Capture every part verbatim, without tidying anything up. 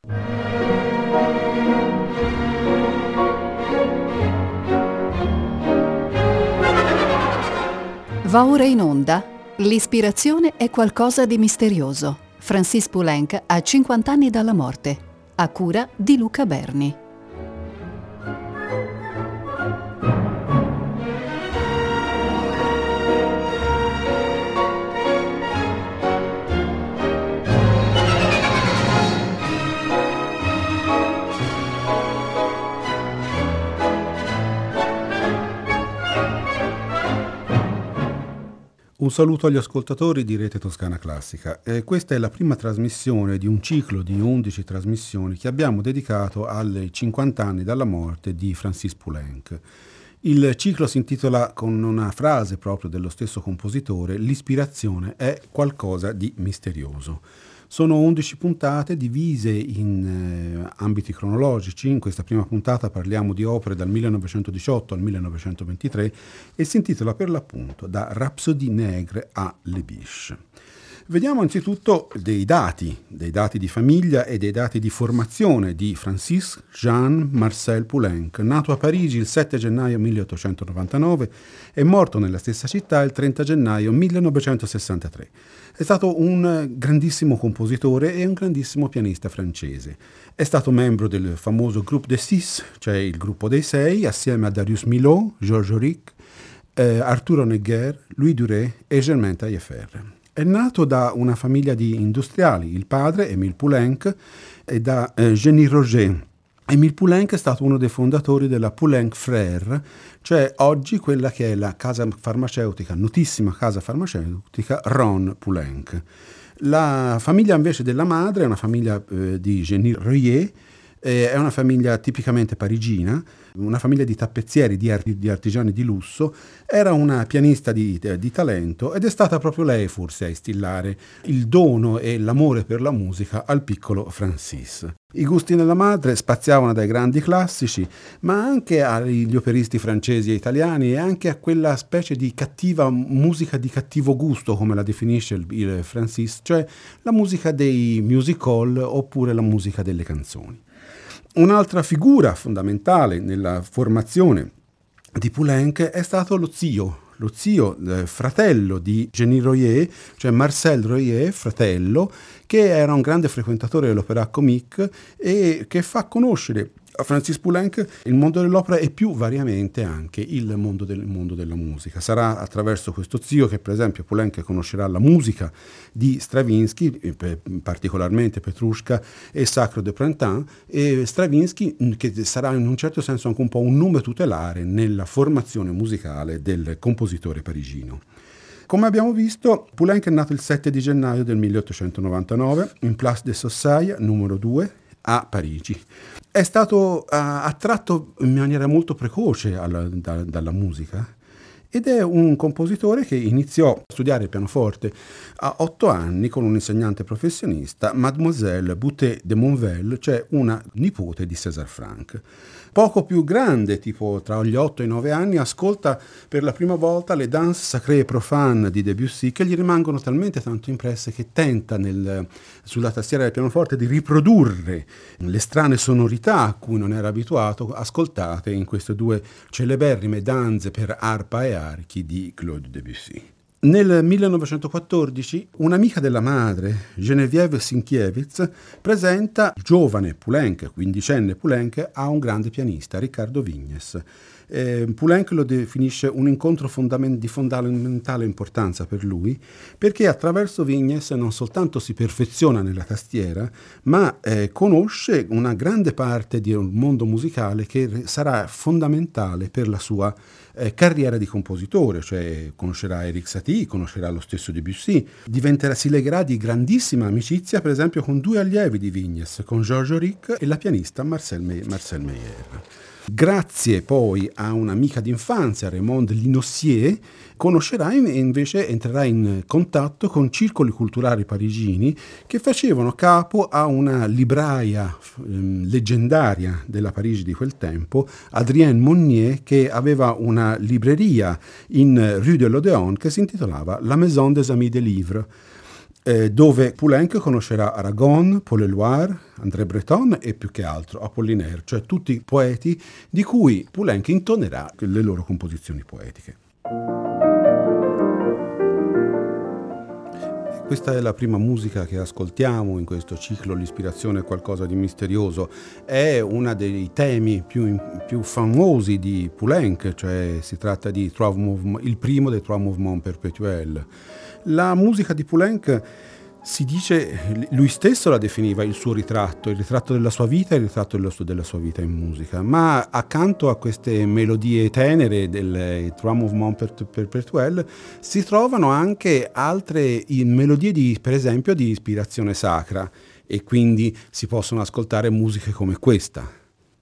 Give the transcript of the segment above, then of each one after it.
Va ora in onda. L'ispirazione è qualcosa di misterioso. Francis Poulenc ha cinquanta anni dalla morte, a cura di Luca Berni. Un saluto agli ascoltatori di Rete Toscana Classica. Eh, questa è la prima trasmissione di un ciclo di undici trasmissioni che abbiamo dedicato ai cinquanta anni dalla morte di Francis Poulenc. Il ciclo si intitola con una frase proprio dello stesso compositore: l'ispirazione è qualcosa di misterioso. Sono undici puntate divise in eh, ambiti cronologici. In questa prima puntata parliamo di opere dal millenovecentodiciotto al millenovecentoventitré e si intitola per l'appunto Da Rhapsodie Nègre a Le Biche. Vediamo anzitutto dei dati, dei dati di famiglia e dei dati di formazione di Francis Jean Marcel Poulenc, nato a Parigi il sette gennaio milleottocentonovantanove e morto nella stessa città il trenta gennaio millenovecentosessantatré. È stato un grandissimo compositore e un grandissimo pianista francese. È stato membro del famoso Groupe des Six, cioè il gruppo dei sei, assieme a Darius Milhaud, Georges Auric, eh, Arturo Neguer, Louis Duret e Germain Taillefer. È nato da una famiglia di industriali, il padre, Émile Poulenc, e da eh, Jenny Roger. Émile Poulenc è stato uno dei fondatori della Poulenc Frères, cioè oggi quella che è la casa farmaceutica, notissima casa farmaceutica Ron Poulenc. La famiglia invece della madre è una famiglia eh, di Jenny Royer, eh, è una famiglia tipicamente parigina, una famiglia di tappezzieri, di, art- di artigiani di lusso. Era una pianista di, di talento ed è stata proprio lei forse a instillare il dono e l'amore per la musica al piccolo Francis. I gusti della madre spaziavano dai grandi classici, ma anche agli operisti francesi e italiani e anche a quella specie di cattiva musica di cattivo gusto, come la definisce il, il Francis, cioè la musica dei music hall oppure la musica delle canzoni. Un'altra figura fondamentale nella formazione di Poulenc è stato lo zio, lo zio eh, fratello di Jenny Royer, cioè Marcel Royer, fratello, che era un grande frequentatore dell'opéra comique e che fa conoscere a Francis Poulenc il mondo dell'opera e più variamente anche il mondo, del, il mondo della musica. Sarà attraverso questo zio che per esempio Poulenc conoscerà la musica di Stravinsky, particolarmente Petrushka e Sacre de Printemps, e Stravinsky che sarà in un certo senso anche un po' un nome tutelare nella formazione musicale del compositore parigino. Come abbiamo visto, Poulenc è nato il sette di gennaio del milleottocentonovantanove in Place des Saussayes, numero due, a Parigi. È stato uh, attratto in maniera molto precoce alla, da, dalla musica ed è un compositore che iniziò a studiare il pianoforte a otto anni con un insegnante professionista, Mademoiselle Boutet de Monvel, cioè una nipote di César Franck. Poco più grande, tipo tra gli otto e i nove anni, ascolta per la prima volta le Danse sacrée et profane di Debussy, che gli rimangono talmente tanto impresse che tenta nel, sulla tastiera del pianoforte di riprodurre le strane sonorità a cui non era abituato, ascoltate in queste due celeberrime danze per arpa e archi di Claude Debussy. Nel millenovecentoquattordici un'amica della madre, Geneviève Sinkiewicz, presenta il giovane Poulenc, quindicenne Poulenc, a un grande pianista, Riccardo Vignes. Eh, Poulenc lo definisce un incontro fondament- di fondamentale importanza per lui, perché attraverso Vignes non soltanto si perfeziona nella tastiera, ma eh, conosce una grande parte di un mondo musicale che sarà fondamentale per la sua eh, carriera di compositore, cioè conoscerà Erik Satie, conoscerà lo stesso Debussy, diventerà, si legherà di grandissima amicizia per esempio con due allievi di Vignes, con Georges Auric e la pianista Marcel, Me- Marcel Meyer. Grazie poi a un'amica d'infanzia, Raymond Linossier, conoscerà e invece entrerà in contatto con circoli culturali parigini che facevano capo a una libraia ehm, leggendaria della Parigi di quel tempo, Adrien Monnier, che aveva una libreria in Rue de l'Odéon che si intitolava La Maison des Amis des Livres. eh, dove Poulenc conoscerà Aragon, Paul Éluard, André Breton e più che altro Apollinaire, cioè tutti poeti di cui Poulenc intonerà le loro composizioni poetiche. Questa è la prima musica che ascoltiamo in questo ciclo, l'ispirazione è qualcosa di misterioso. È uno dei temi più, più famosi di Poulenc, cioè si tratta di Trois Mouvements, il primo dei Trois Mouvements Perpétuels. La musica di Poulenc, si dice, lui stesso la definiva il suo ritratto, il ritratto della sua vita e il ritratto della sua, della sua vita in musica, ma accanto a queste melodie tenere del Trois Mouvements Perpétuels si trovano anche altre melodie di, per esempio, di ispirazione sacra, e quindi si possono ascoltare musiche come questa.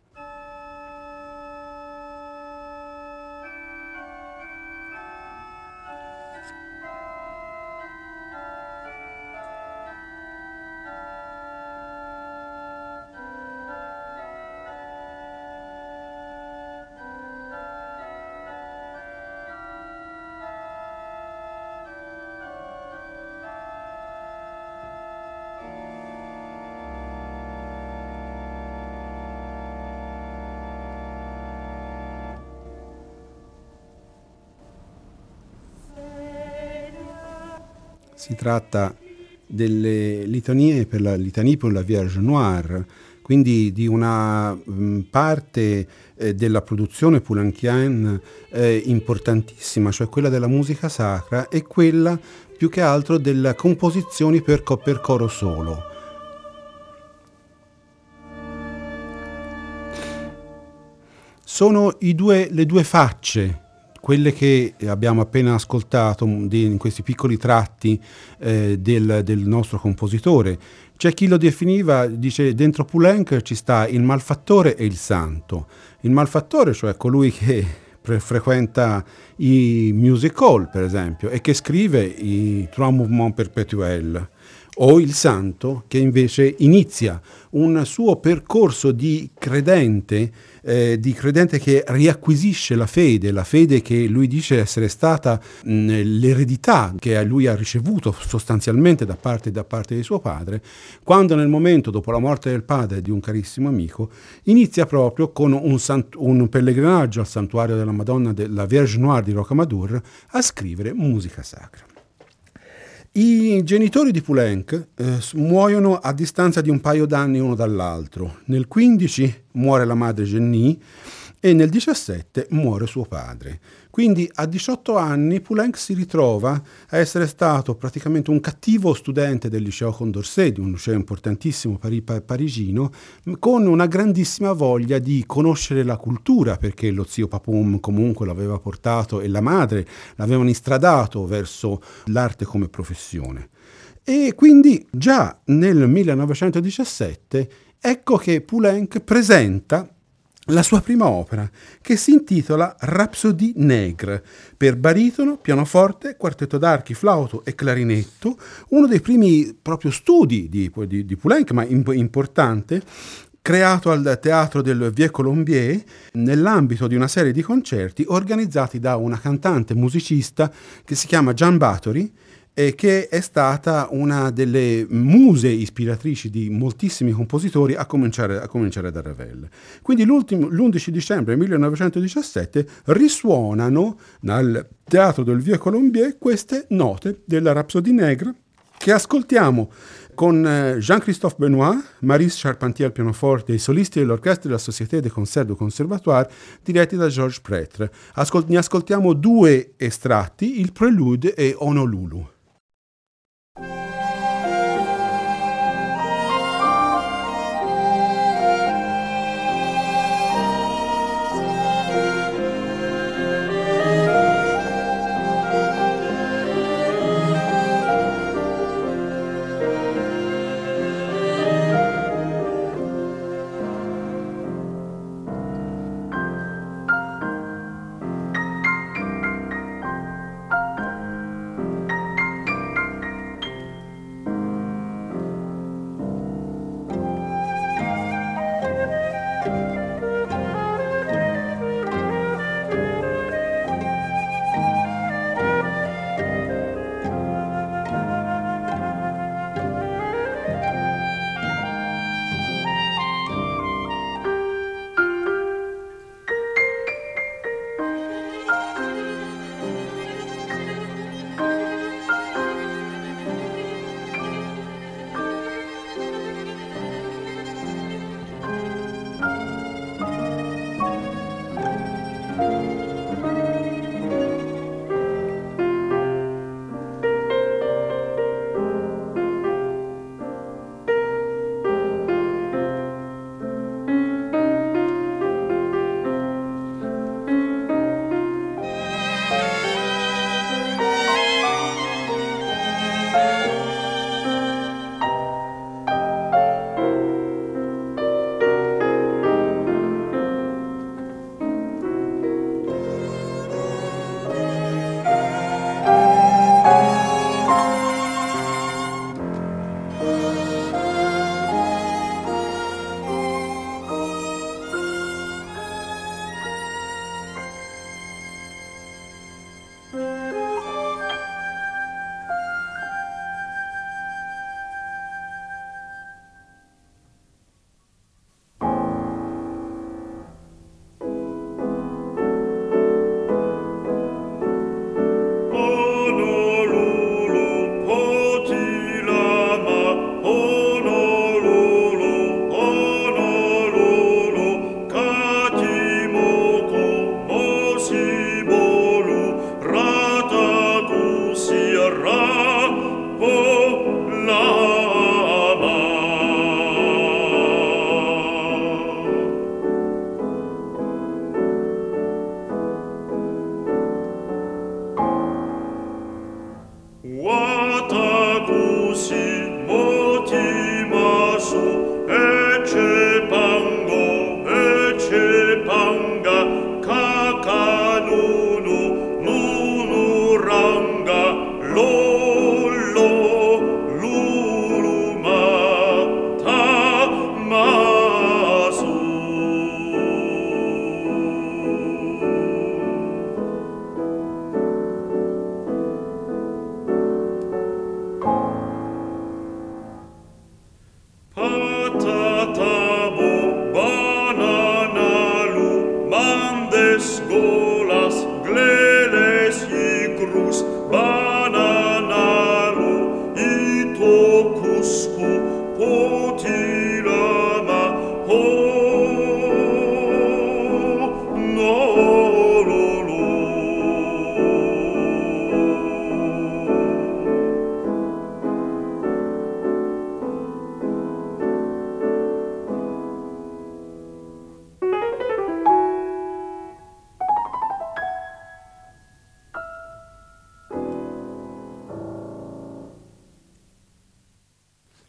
Si tratta delle litanie per la litanie pour la Vierge Noire, quindi di una mh, parte eh, della produzione poulencienne eh, importantissima, cioè quella della musica sacra e quella più che altro delle composizioni per, co- per coro solo. Sono i due, le due facce, quelle che abbiamo appena ascoltato in questi piccoli tratti eh, del, del nostro compositore. C'è chi lo definiva, dice, dentro Poulenc ci sta il malfattore e il santo. Il malfattore, cioè colui che pre- frequenta i music hall, per esempio, e che scrive i Trois Mouvements Perpétuels, o il santo che invece inizia un suo percorso di credente, eh, di credente che riacquisisce la fede, la fede che lui dice essere stata mh, l'eredità che lui ha ricevuto sostanzialmente da parte, da parte di suo padre, quando nel momento, dopo la morte del padre di un carissimo amico, inizia proprio con un, sant- un pellegrinaggio al santuario della Madonna della Vierge Noire di Rocamadour a scrivere musica sacra. I genitori di Poulenc eh, muoiono a distanza di un paio d'anni uno dall'altro. Nel quindici muore la madre Jenny e nel diciassette muore suo padre. Quindi a diciotto anni Poulenc si ritrova a essere stato praticamente un cattivo studente del liceo Condorcet, di un liceo importantissimo pari- parigino, con una grandissima voglia di conoscere la cultura, perché lo zio Papum comunque l'aveva portato e la madre l'avevano istradato verso l'arte come professione. E quindi già nel millenovecentodiciassette ecco che Poulenc presenta la sua prima opera, che si intitola Rhapsodie Nègre, per baritono, pianoforte, quartetto d'archi, flauto e clarinetto, uno dei primi proprio studi di, di, di Poulenc, ma imp- importante, creato al teatro del Vieux Colombier nell'ambito di una serie di concerti organizzati da una cantante musicista che si chiama Jeanne Bathory, e che è stata una delle muse ispiratrici di moltissimi compositori, a cominciare, a cominciare da Ravel. Quindi l'undici dicembre millenovecentodiciassette risuonano nel teatro del Vieux Colombier queste note della Rhapsodie Nègre, che ascoltiamo con Jean-Christophe Benoit, Maurice Charpentier al pianoforte e i solisti dell'orchestra della Société des Concerts du Conservatoire diretti da Georges Prêtre. Ascol- ne ascoltiamo due estratti, il Prelude e Honolulu.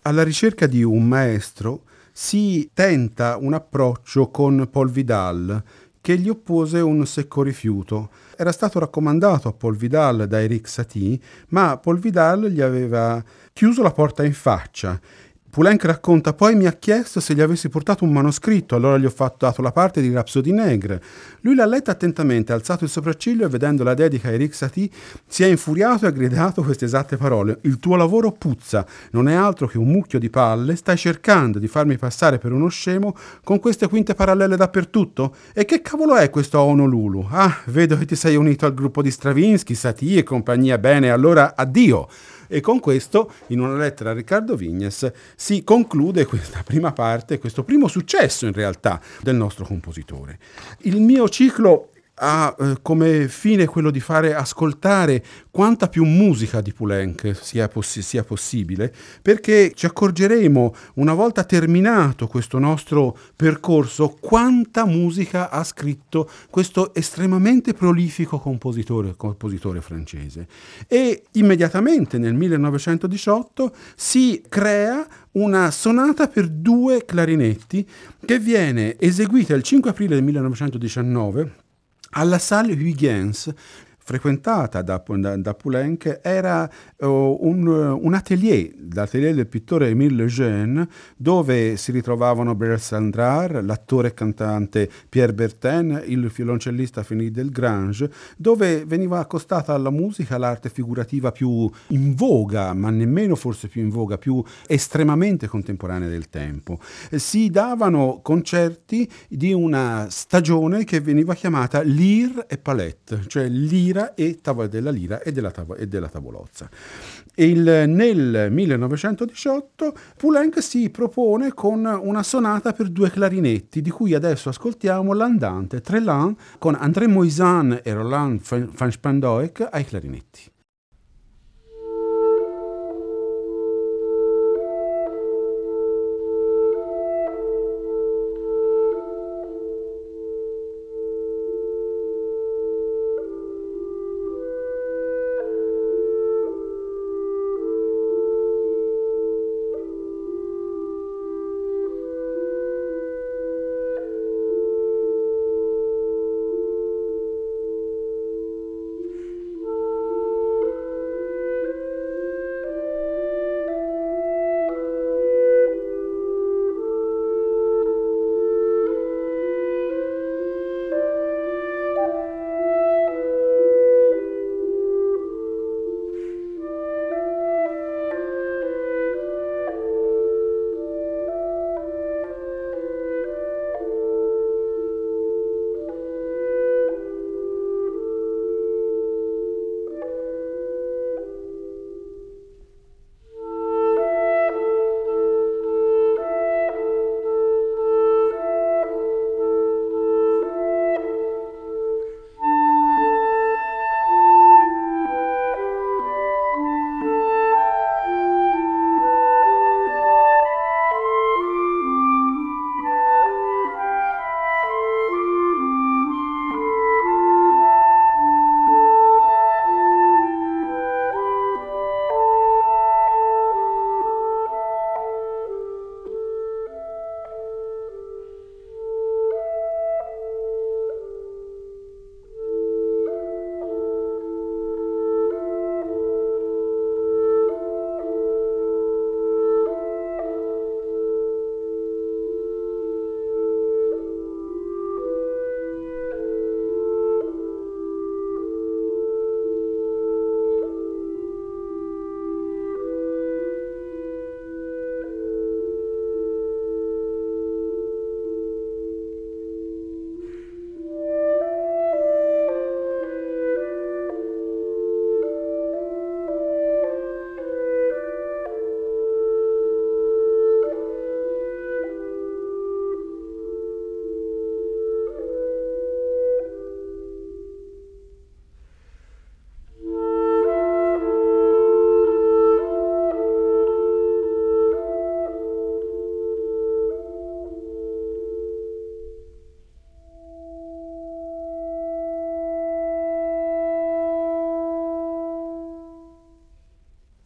alla ricerca di un maestro si tenta un approccio con Paul Vidal, che gli oppose un secco rifiuto. Era stato raccomandato a Paul Vidal da Erik Satie, ma Paul Vidal gli aveva chiuso la porta in faccia. Poulenc racconta: poi mi ha chiesto se gli avessi portato un manoscritto, allora gli ho fatto dato la parte di Rhapsody Negre. Lui l'ha letta attentamente, ha alzato il sopracciglio e vedendo la dedica a Erik Satie si è infuriato e ha gridato queste esatte parole: il tuo lavoro puzza, non è altro che un mucchio di palle, stai cercando di farmi passare per uno scemo con queste quinte parallele dappertutto? E che cavolo è questo Honolulu? Ah, vedo che ti sei unito al gruppo di Stravinsky, Satie e compagnia, bene, allora addio! E con questo, in una lettera a Riccardo Vignes, si conclude questa prima parte, questo primo successo in realtà del nostro compositore. Il mio ciclo ha eh, come fine quello di fare ascoltare quanta più musica di Poulenc sia, possi- sia possibile, perché ci accorgeremo, una volta terminato questo nostro percorso, quanta musica ha scritto questo estremamente prolifico compositore, compositore francese. E immediatamente nel millenovecentodiciotto si crea una sonata per due clarinetti che viene eseguita il cinque aprile del millenovecentodiciannove alla Salle Huygens, frequentata da, da, da Poulenc. Era uh, un, un atelier, l'atelier del pittore Émile Lejeune, dove si ritrovavano Blaise Cendrars, l'attore e cantante Pierre Bertin, il violoncellista Philippe Delgrange, dove veniva accostata alla musica l'arte figurativa più in voga, ma nemmeno forse più in voga, più estremamente contemporanea del tempo. Si davano concerti di una stagione che veniva chiamata Lyre et Palette, cioè lira e tavola della lira e della, tavo- e della tavolozza. Il, nel millenovecentodiciotto Poulenc si propone con una sonata per due clarinetti, di cui adesso ascoltiamo l'andante Trelan con André Moisan e Roland van Spandoek ai clarinetti.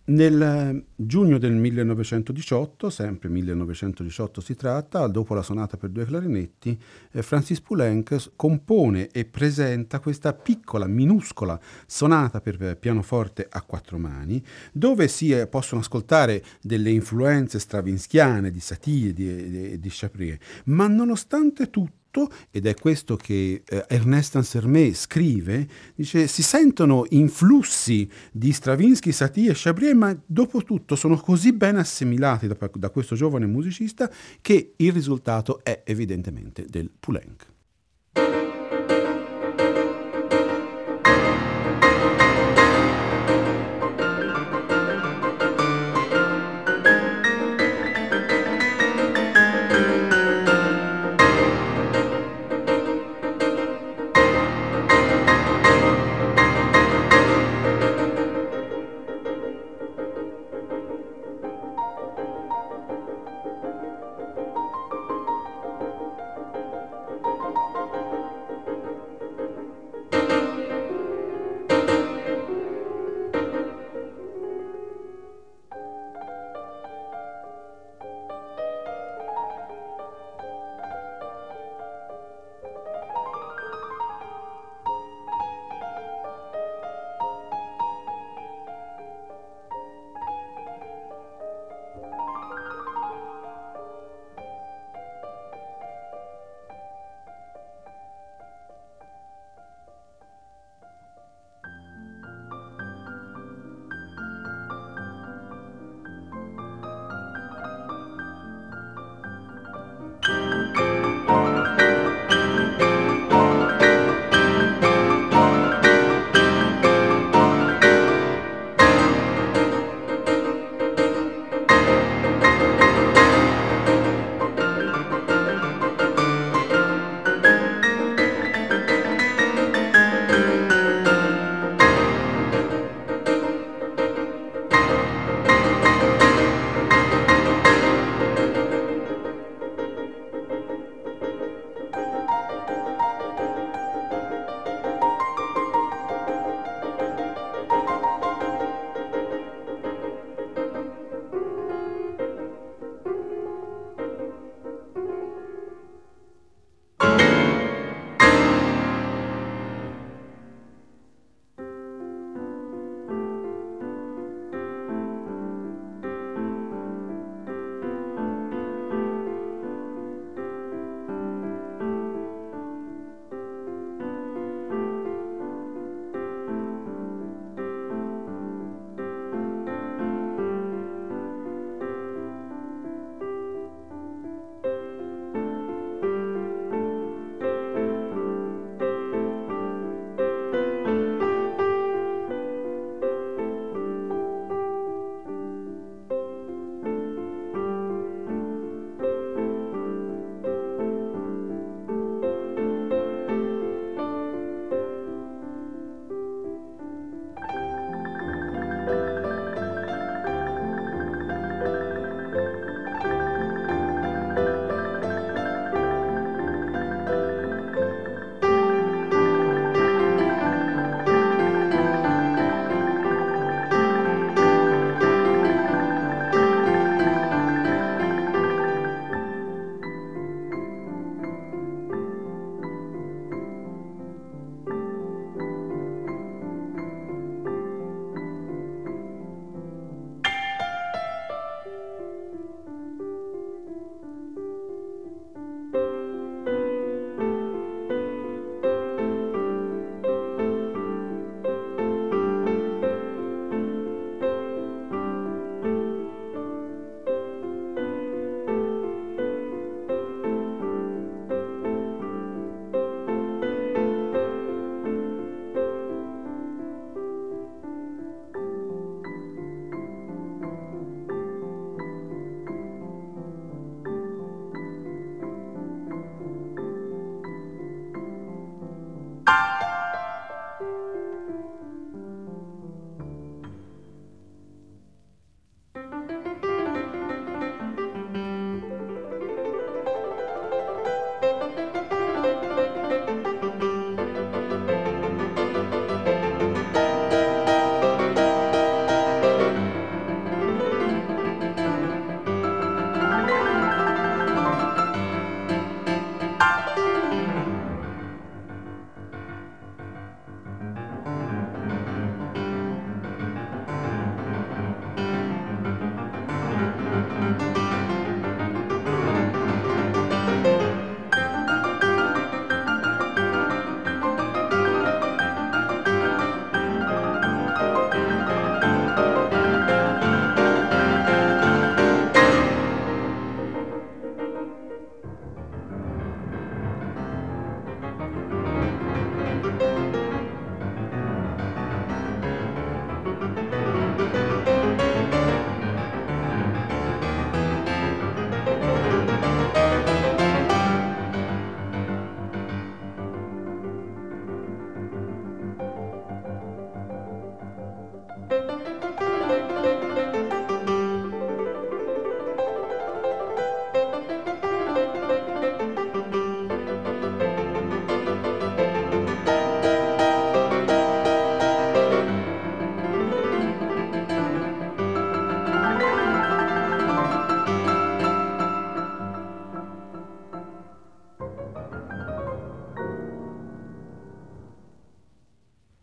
Nel giugno del millenovecentodiciotto, sempre millenovecentodiciotto si tratta, dopo la sonata per due clarinetti, eh, Francis Poulenc compone e presenta questa piccola, minuscola sonata per pianoforte a quattro mani, dove si eh, possono ascoltare delle influenze stravinskiane di Satie e di, di, di Chabrier, ma nonostante tutto, ed è questo che eh, Ernest Ansermet scrive, dice si sentono influssi di Stravinsky, Satie e Chabrier, ma dopo tutto sono così ben assimilati da, da questo giovane musicista che il risultato è evidentemente del Poulenc.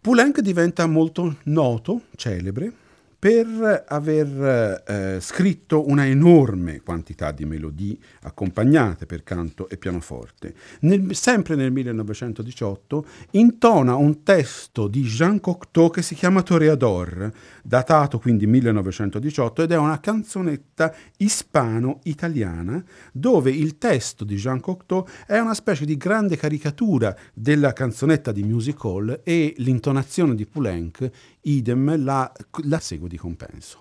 Poulenc diventa molto noto, celebre, per aver eh, scritto una enorme quantità di melodie accompagnate per canto e pianoforte. Nel, sempre nel millenovecentodiciotto intona un testo di Jean Cocteau che si chiama Toreador, datato quindi millenovecentodiciotto, ed è una canzonetta ispano-italiana dove il testo di Jean Cocteau è una specie di grande caricatura della canzonetta di music hall e l'intonazione di Poulenc idem la, la segue di compenso.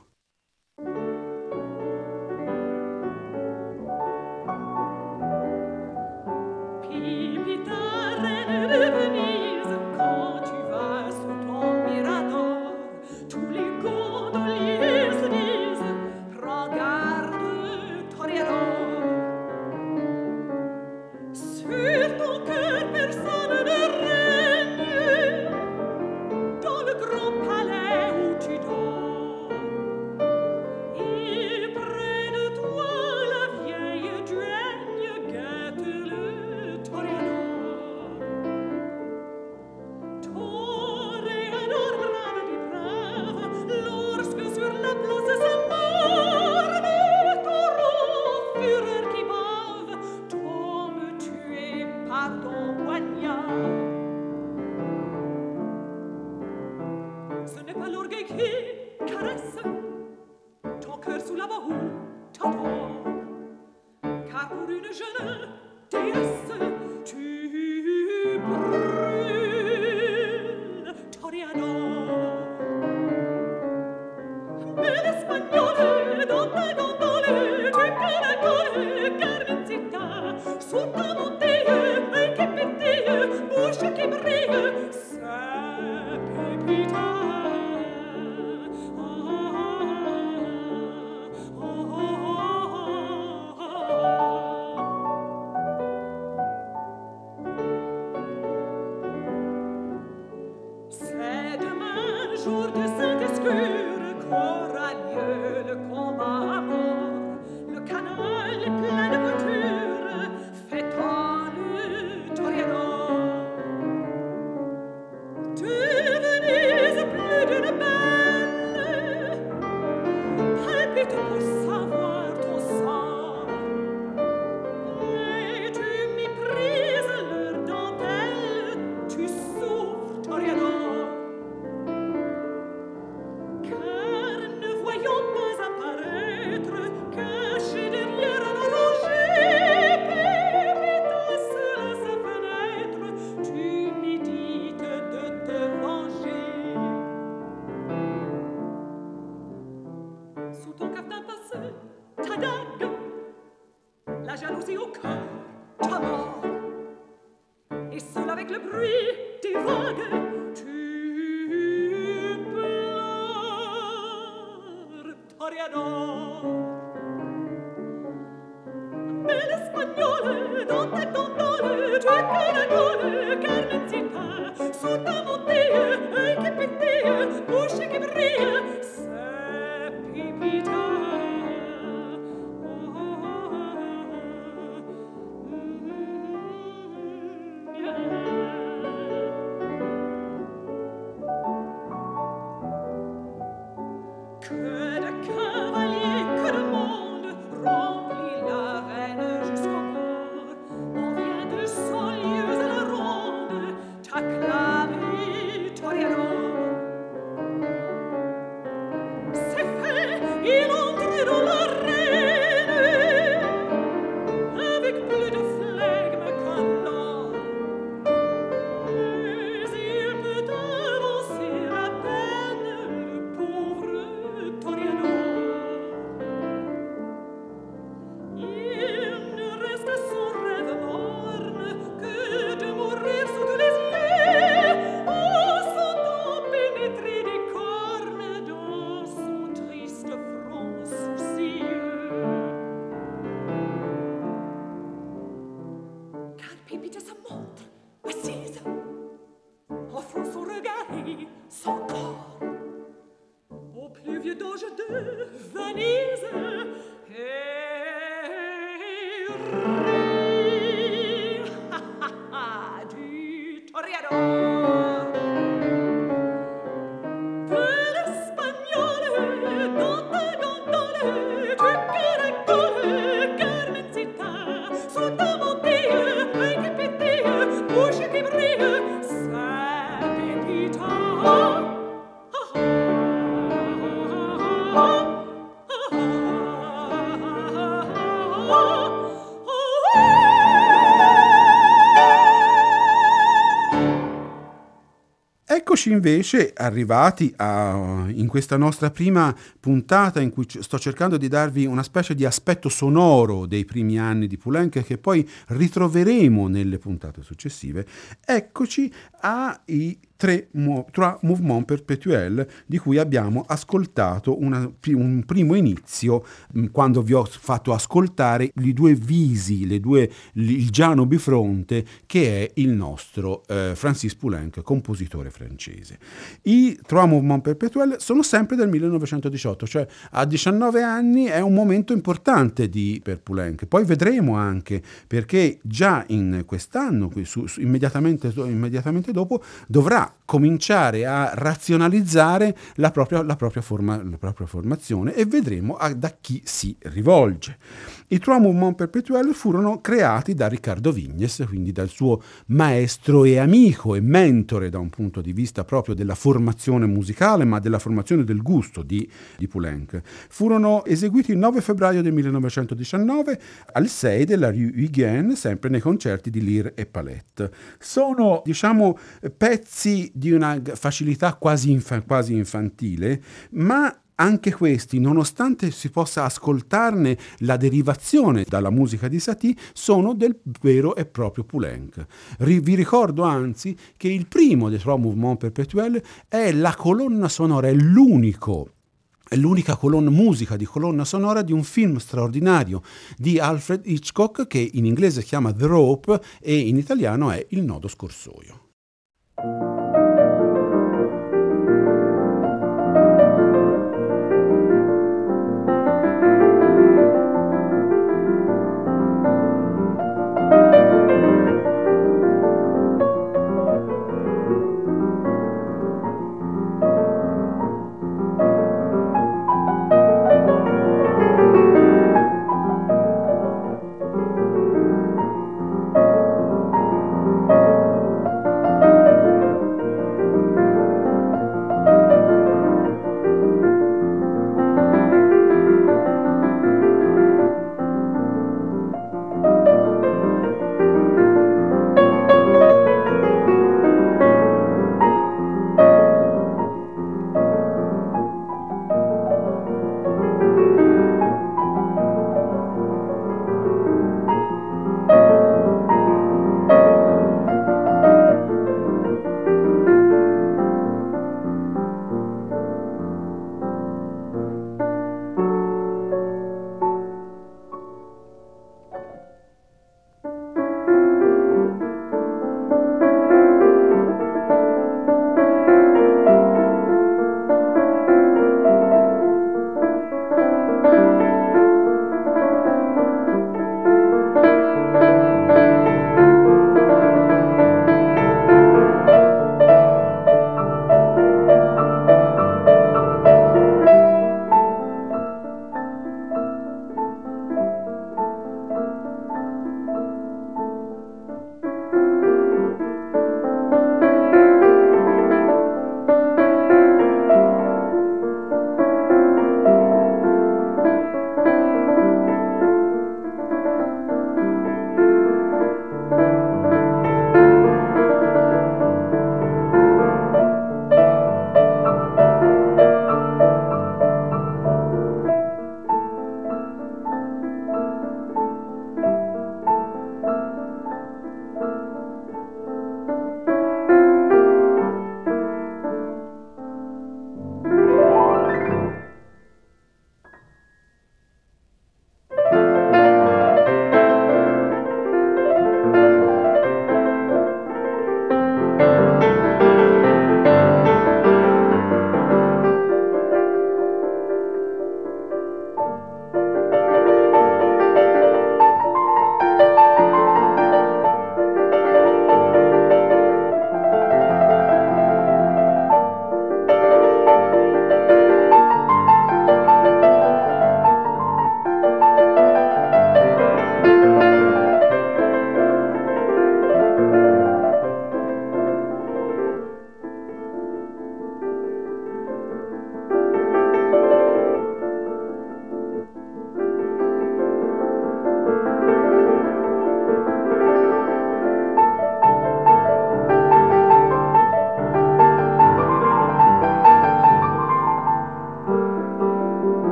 Eccoci invece arrivati a, in questa nostra prima puntata in cui sto cercando di darvi una specie di aspetto sonoro dei primi anni di Poulenc che poi ritroveremo nelle puntate successive. Eccoci ai tre, trois mouvements perpétuels di cui abbiamo ascoltato una, un primo inizio quando vi ho fatto ascoltare i due visi, le due, il Giano bifronte che è il nostro eh, Francis Poulenc, compositore francese. I Trois mouvements perpétuels sono sempre del millenovecentodiciotto, cioè a diciannove anni è un momento importante di, per Poulenc. Poi vedremo anche perché già in quest'anno, su, su, immediatamente, immediatamente dopo, dovrà cominciare a razionalizzare la propria, la propria, forma, la propria formazione e vedremo a, da chi si rivolge. I Trois mouvements perpétuels furono creati da Riccardo Vignes, quindi dal suo maestro e amico e mentore da un punto di vista proprio della formazione musicale, ma della formazione del gusto di, di Poulenc. Furono eseguiti il nove febbraio del millenovecentodiciannove al sei della Rue Huygens, sempre nei concerti di Lire e Palette. Sono, diciamo, pezzi di una facilità quasi, infa- quasi infantile, ma anche questi, nonostante si possa ascoltarne la derivazione dalla musica di Satie, sono del vero e proprio Poulenc. Ri- vi ricordo anzi che il primo dei Trois mouvements perpétuels è la colonna sonora, è l'unico È l'unica colonna, musica di colonna sonora di un film straordinario di Alfred Hitchcock che in inglese si chiama The Rope e in italiano è Il nodo scorsoio.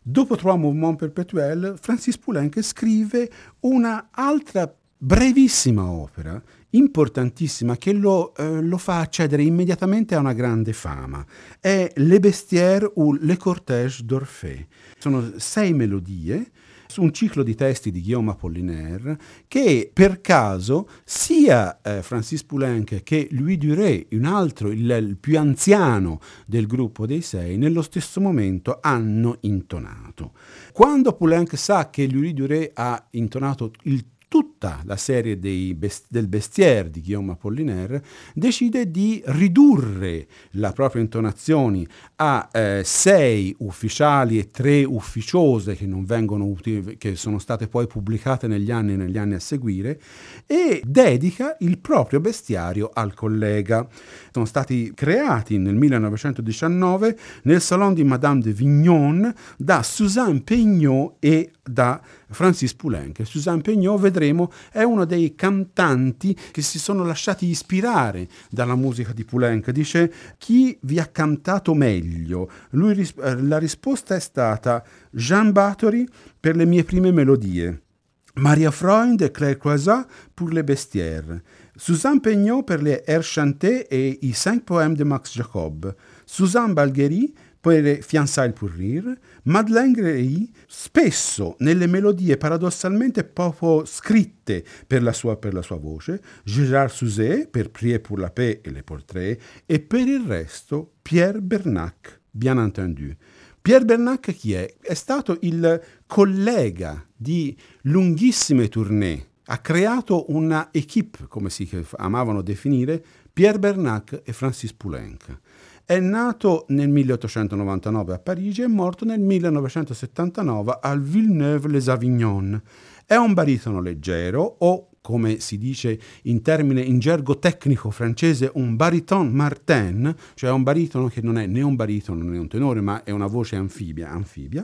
Dopo Trois Mouvements Perpétuels, Francis Poulenc scrive una altra brevissima opera, importantissima, che lo, eh, lo fa accedere immediatamente a una grande fama. È Les Bestiaires ou Le Cortège d'Orphée. Sono sei melodie su un ciclo di testi di Guillaume Apollinaire che per caso sia eh, Francis Poulenc che Louis Duret, un altro, il, il più anziano del gruppo dei sei, nello stesso momento hanno intonato. Quando Poulenc sa che Louis Duret ha intonato il tutta la serie dei best- del Bestiaire di Guillaume Apollinaire, decide di ridurre la propria intonazioni a eh, sei ufficiali e tre ufficiose che non vengono uti- che sono state poi pubblicate negli anni e negli anni a seguire, e dedica il proprio bestiario al collega. Sono stati creati nel millenovecentodiciannove nel Salon di Madame de Vignon da Suzanne Peignot e da Francis Poulenc. Suzanne Peignot, vedremo, è uno dei cantanti che si sono lasciati ispirare dalla musica di Poulenc. Dice: chi vi ha cantato meglio? Lui, ris- la risposta è stata Jean Batory per le mie prime melodie, Maria Freund e Claire Croizat pour les Bestiaires, Suzanne Peignot per le Air chantés e i cinq poèmes de Max Jacob, Suzanne Balghery per Fiançailles pour rire, Madeleine Grey spesso nelle melodie paradossalmente poco scritte per la sua, per la sua voce, Gérard Souzet per Prier pour la paix e Les Portraits, e per il resto Pierre Bernac, bien entendu. Pierre Bernac chi è? È stato il collega di lunghissime tournée, ha creato una équipe, come si amavano definire, Pierre Bernac e Francis Poulenc. È nato nel milleottocentonovantanove a Parigi e è morto nel millenovecentosettantanove al Villeneuve-les-Avignon. È un baritono leggero, o come si dice in termine in gergo tecnico francese, un bariton martin, cioè un baritono che non è né un baritono né un tenore, ma è una voce anfibia, anfibia,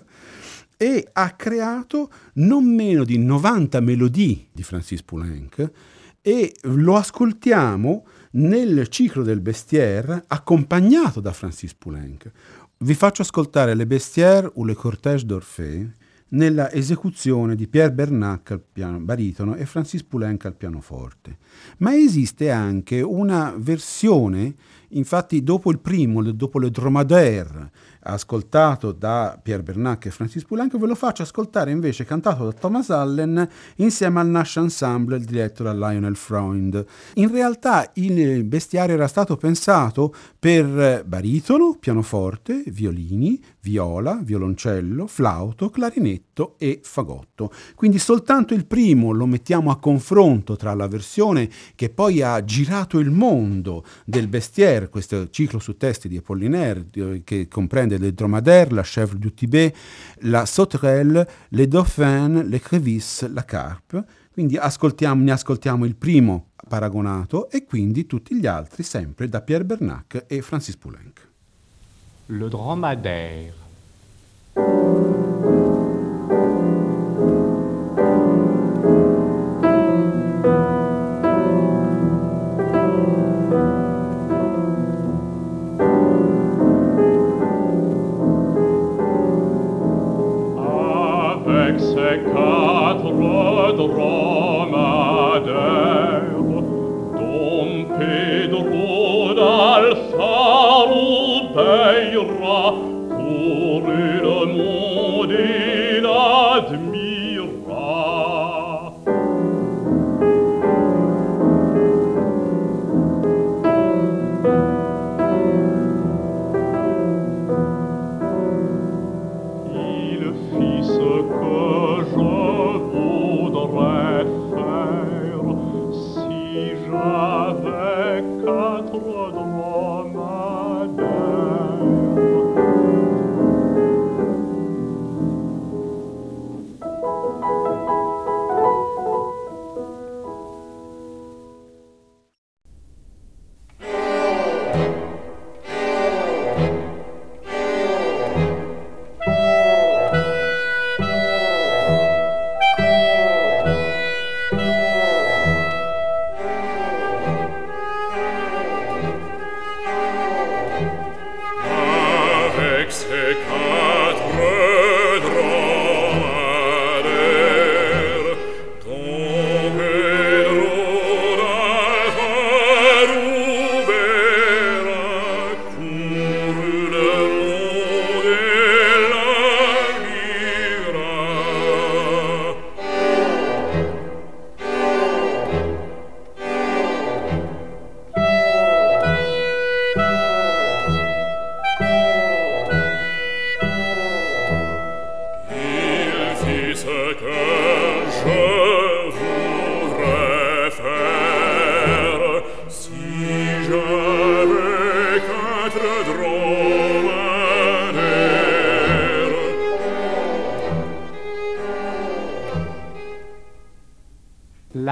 e ha creato non meno di novanta melodie di Francis Poulenc, e lo ascoltiamo nel ciclo del Bestiaire accompagnato da Francis Poulenc. Vi faccio ascoltare Le Bestiaires ou Le Cortège d'Orphée nella esecuzione di Pierre Bernac al piano baritono e Francis Poulenc al pianoforte. Ma esiste anche una versione, infatti dopo il primo, dopo le Dromadaire, ascoltato da Pierre Bernac e Francis Poulenc, ve lo faccio ascoltare invece cantato da Thomas Allen insieme al Nash Ensemble diretto da Lionel Freund. In realtà il bestiario era stato pensato per baritono, pianoforte, violini, viola, violoncello, flauto, clarinetto e fagotto. Quindi soltanto il primo lo mettiamo a confronto tra la versione che poi ha girato il mondo del Bestiaire, questo ciclo su testi di Apollinaire che comprende le Dromadaire, la Chèvre du Tibet, la Sauterelle, le Dauphins, le Crévisses, la Carpe. Quindi ascoltiamo, ne ascoltiamo il primo paragonato e quindi tutti gli altri sempre da Pierre Bernac e Francis Poulenc. Le Dromadaire. Avec ses quatre dromadaires, Dom Pedro d'Alfaro payera pour le monde il admira.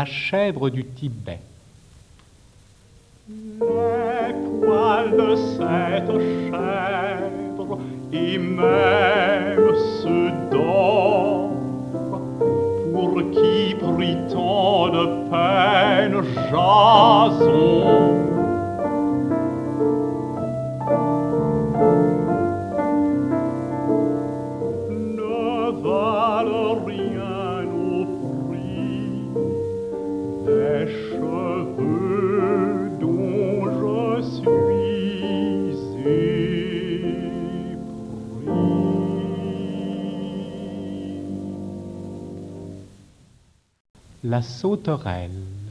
la chèvre du Tibet. Les poils de cette chèvre et même ceux d'or, pour qui prit tant de peine Jason, ne valent rien au prix des cheveux dont je suis épris. La sauterelle.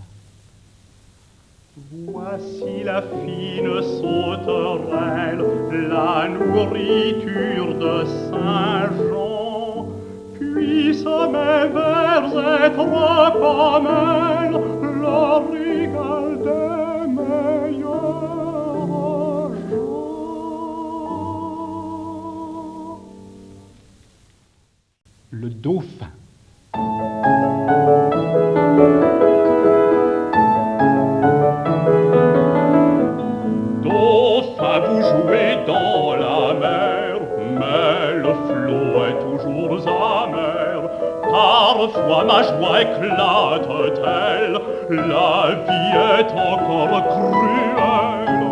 Voici la fine sauterelle, la nourriture de Saint-Jean. Puisse mes vers être comme elle, le régal des meilleurs gens. Le dauphin. Dauphin, vous jouez dans la mer, mais le flot est toujours amer. Parfois ma joie éclate-t-elle, la vie est encore cruelle.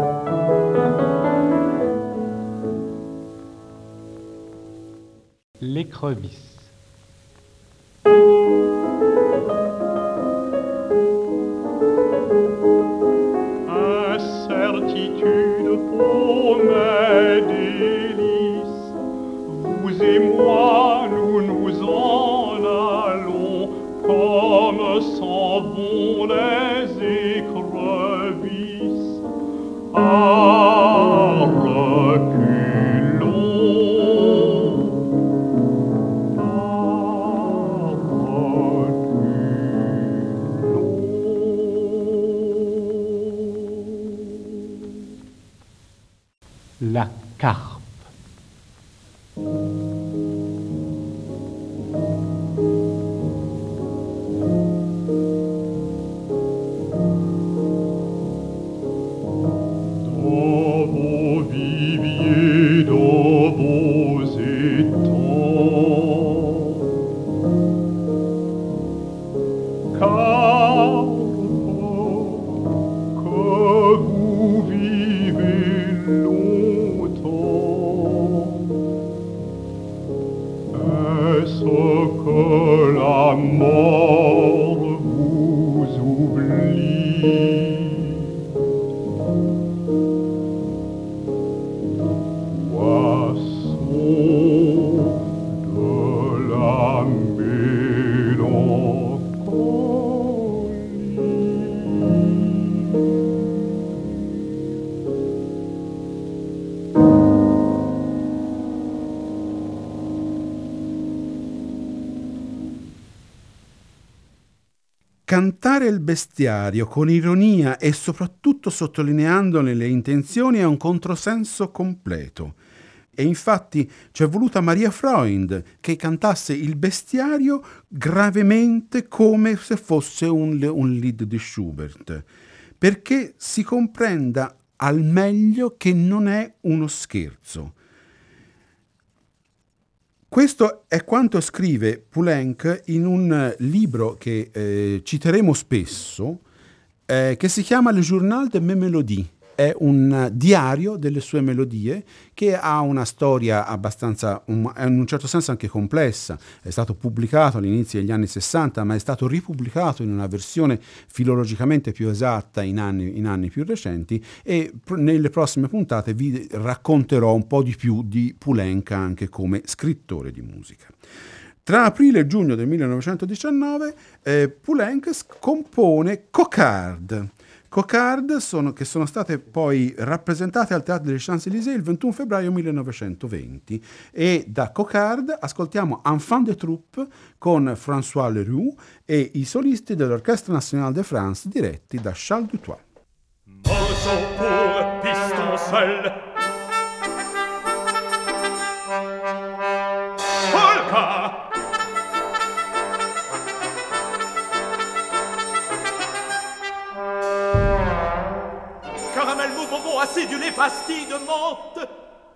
L'écrevisse. Incertitude pour mes délices, vous et moi nous nous en allons comme s'en vont les écrevisses. Ah, reculons, ah, reculons. La carpe. Dans vos viviers, dans vos étangs, carpe, que vous vivez longtemps. Est-ce que la mort vous oublie? Poisson de la Cantare il bestiario con ironia e soprattutto sottolineandone le intenzioni è un controsenso completo. E infatti c'è voluta Maria Freund che cantasse il bestiario gravemente come se fosse un, un lied di Schubert, perché si comprenda al meglio che non è uno scherzo. Questo è quanto scrive Poulenc in un libro che eh, citeremo spesso, eh, che si chiama Le Journal de mes Mélodies. È un diario delle sue melodie che ha una storia abbastanza, um, in un certo senso anche complessa. È stato pubblicato all'inizio degli anni sessanta, ma è stato ripubblicato in una versione filologicamente più esatta in anni, in anni più recenti, e pr- nelle prossime puntate vi racconterò un po' di più di Poulenc anche come scrittore di musica. Tra aprile e giugno del millenovecentodiciannove eh, Poulenc compone Cocarde. Cocarde, sono, che sono state poi rappresentate al Teatro dei Champs-Élysées il ventuno febbraio millenovecentoventi, e da Cocarde ascoltiamo Enfant de Troupe con François Leroux e i solisti dell'Orchestre Nationale de France diretti da Charles Dutoit. Morceau pour piston seul. Polka. caramel, mou, bonbon, acidulé, pastilles de menthe.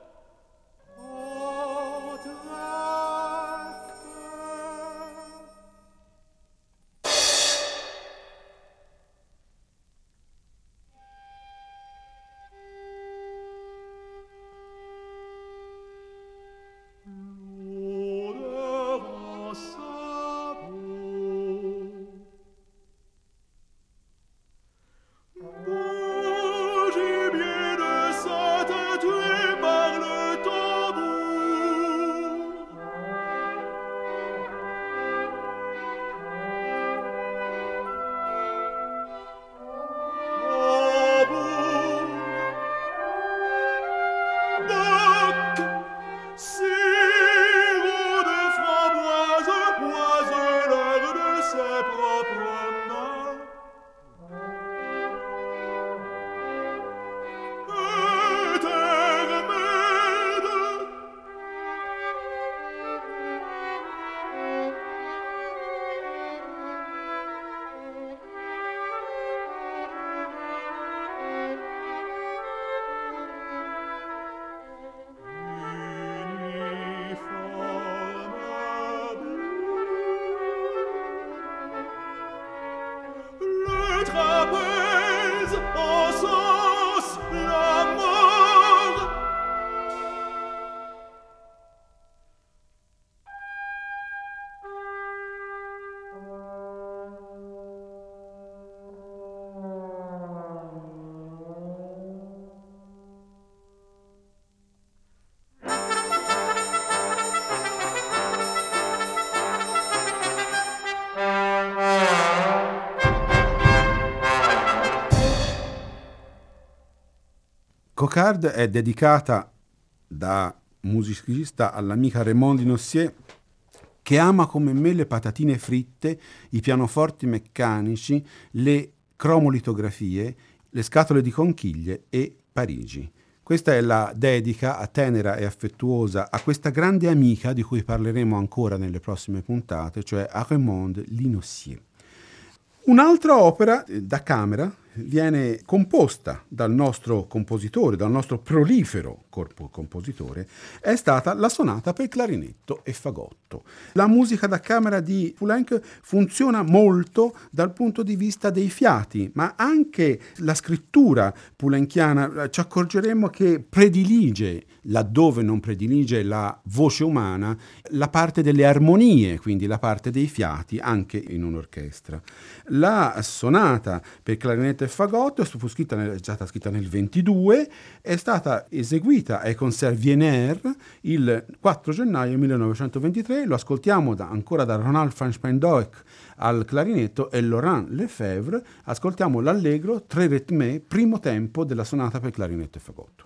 Cocarde è dedicata da musicista all'amica Raymond Linossier, che ama come me le patatine fritte, i pianoforti meccanici, le cromolitografie, le scatole di conchiglie e Parigi. Questa è la dedica a tenera e affettuosa a questa grande amica di cui parleremo ancora nelle prossime puntate, cioè a Raymond Linossier. Un'altra opera da camera viene composta dal nostro compositore, dal nostro prolifero corpo compositore, è stata la sonata per clarinetto e fagotto. La musica da camera di Poulenc funziona molto dal punto di vista dei fiati, ma anche la scrittura poulenciana ci accorgeremo che predilige, laddove non predilige la voce umana, la parte delle armonie, quindi la parte dei fiati, anche in un'orchestra. La sonata per clarinetto e fagotto fu scritta, è stata scritta nel ventidue, è stata eseguita ai Concerts Wiener il quattro gennaio millenovecentoventitré. Lo ascoltiamo da, ancora da Ronald Franz-Pendeock al clarinetto e Laurent Lefebvre. Ascoltiamo l'allegro tre ritme, primo tempo della sonata per clarinetto e fagotto.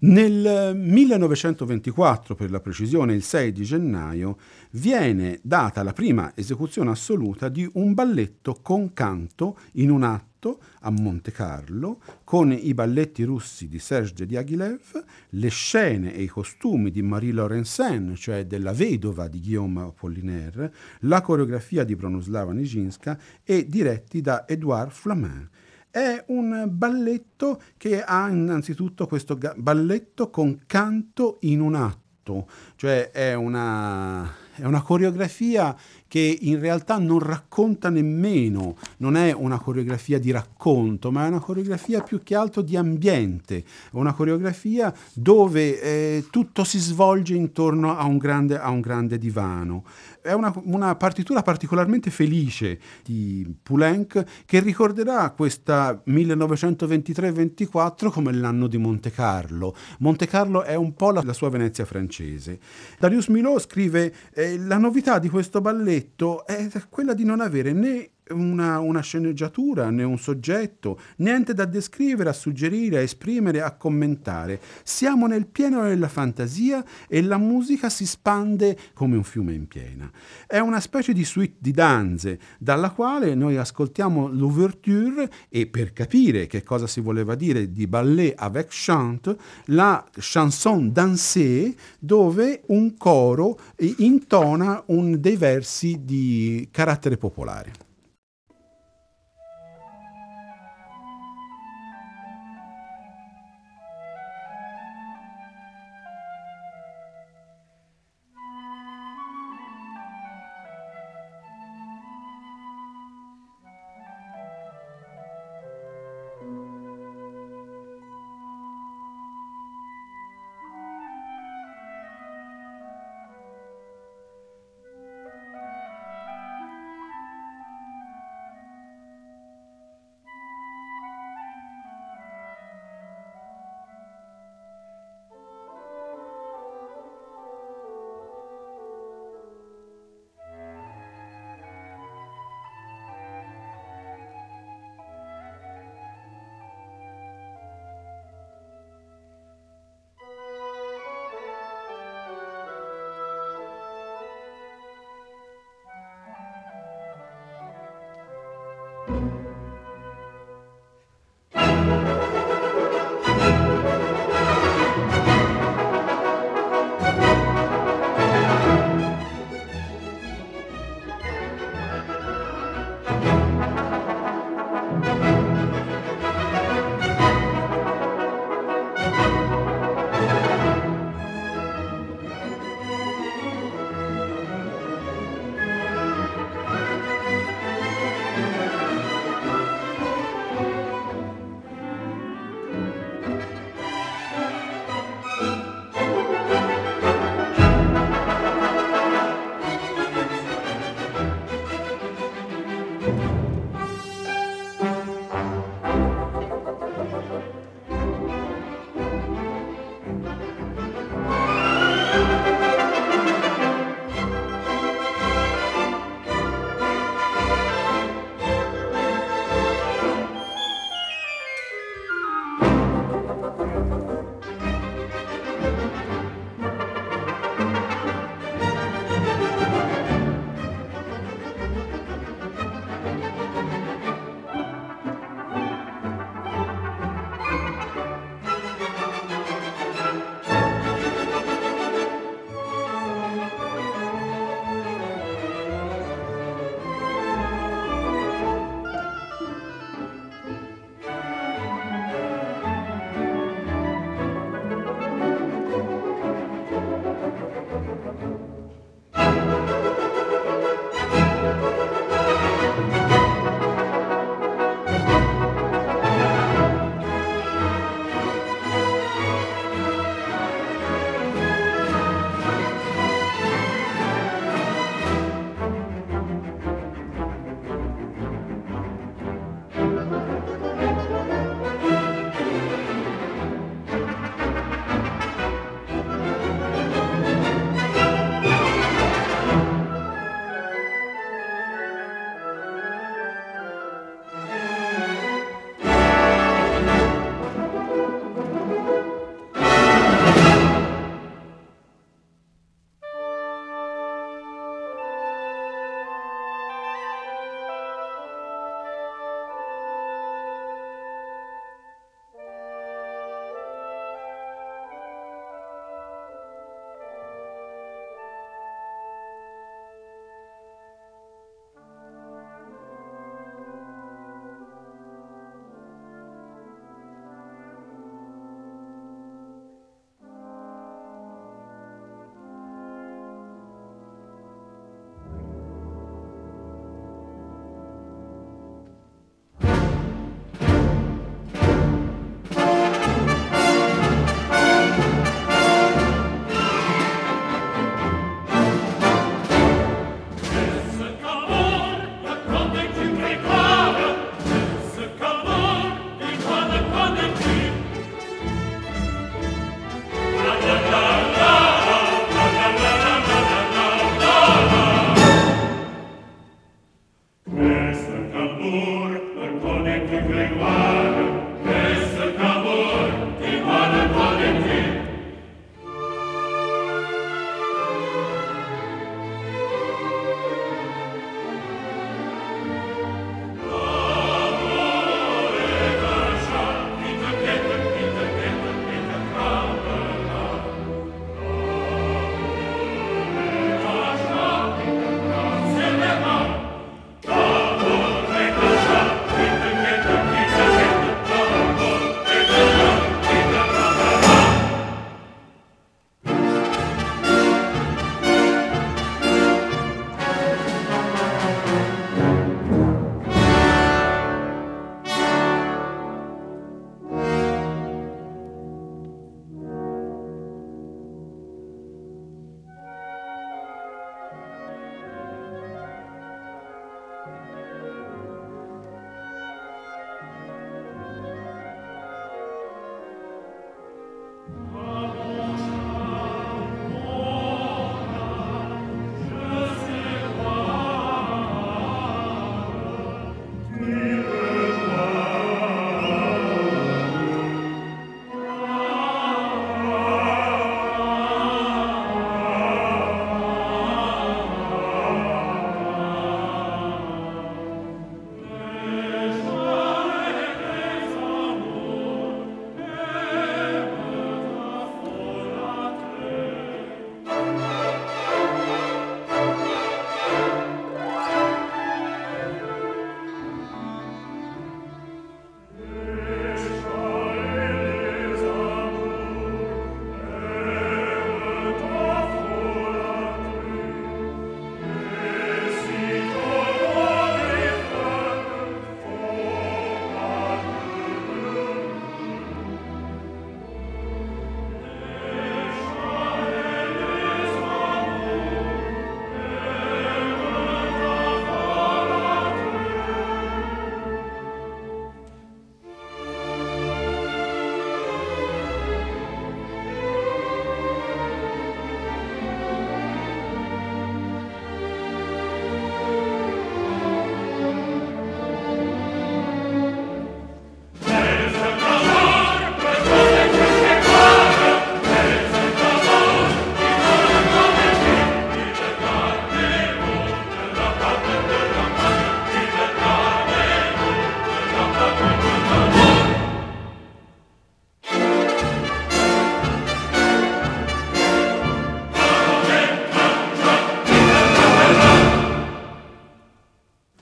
Nel millenovecentoventiquattro, per la precisione il sei di gennaio, viene data la prima esecuzione assoluta di un balletto con canto in un atto a Monte Carlo, con i balletti russi di Serge Diaghilev, le scene e i costumi di Marie Laurencin, cioè della vedova di Guillaume Apollinaire, la coreografia di Bronislava Nijinská e diretti da Édouard Flamin. È un balletto che ha innanzitutto questo ga- balletto con canto in un atto, cioè è una, è una coreografia che in realtà non racconta nemmeno, non è una coreografia di racconto, ma è una coreografia più che altro di ambiente, una coreografia dove eh, tutto si svolge intorno a un grande, a un grande divano. È una, una partitura particolarmente felice di Poulenc, che ricorderà questa millenovecentoventitré ventiquattro come l'anno di Monte Carlo. Monte Carlo è un po' la, la sua Venezia francese. Darius Milhaud scrive eh, la novità di questo balletto è quella di non avere né una, una sceneggiatura, né un soggetto, niente da descrivere, a suggerire, a esprimere, a commentare. Siamo nel pieno della fantasia e la musica si spande come un fiume in piena. È una specie di suite di danze dalla quale noi ascoltiamo l'ouverture e, per capire che cosa si voleva dire di ballet avec chante, la chanson dansée, dove un coro intona un dei versi di carattere popolare.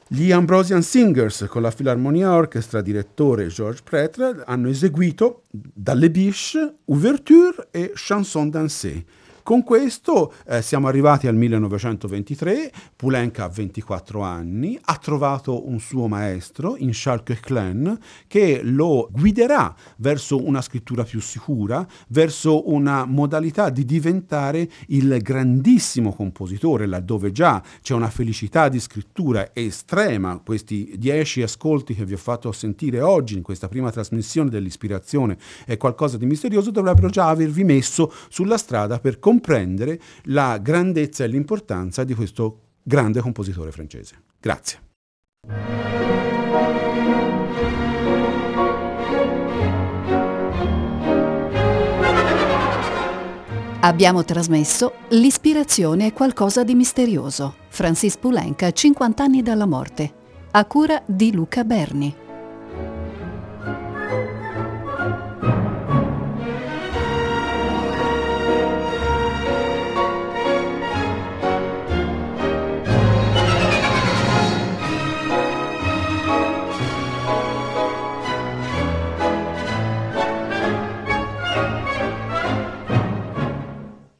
Gli Ambrosian Singers con la Philharmonia Orchestra, direttore Georges Prêtre, hanno eseguito Dans les Biches, Ouverture e Chanson dansée. Con questo eh, siamo arrivati al millenovecentoventitré, Poulenc ha ventiquattro anni, ha trovato un suo maestro in Charles Koechlin che lo guiderà verso una scrittura più sicura, verso una modalità di diventare il grandissimo compositore, laddove già c'è una felicità di scrittura estrema. Questi dieci ascolti che vi ho fatto sentire oggi in questa prima trasmissione dell'ispirazione è qualcosa di misterioso, dovrebbero già avervi messo sulla strada per comprendere la grandezza e l'importanza di questo grande compositore francese. Grazie. Abbiamo trasmesso L'ispirazione è qualcosa di misterioso. Francis Poulenc a cinquanta anni dalla morte, a cura di Luca Berni.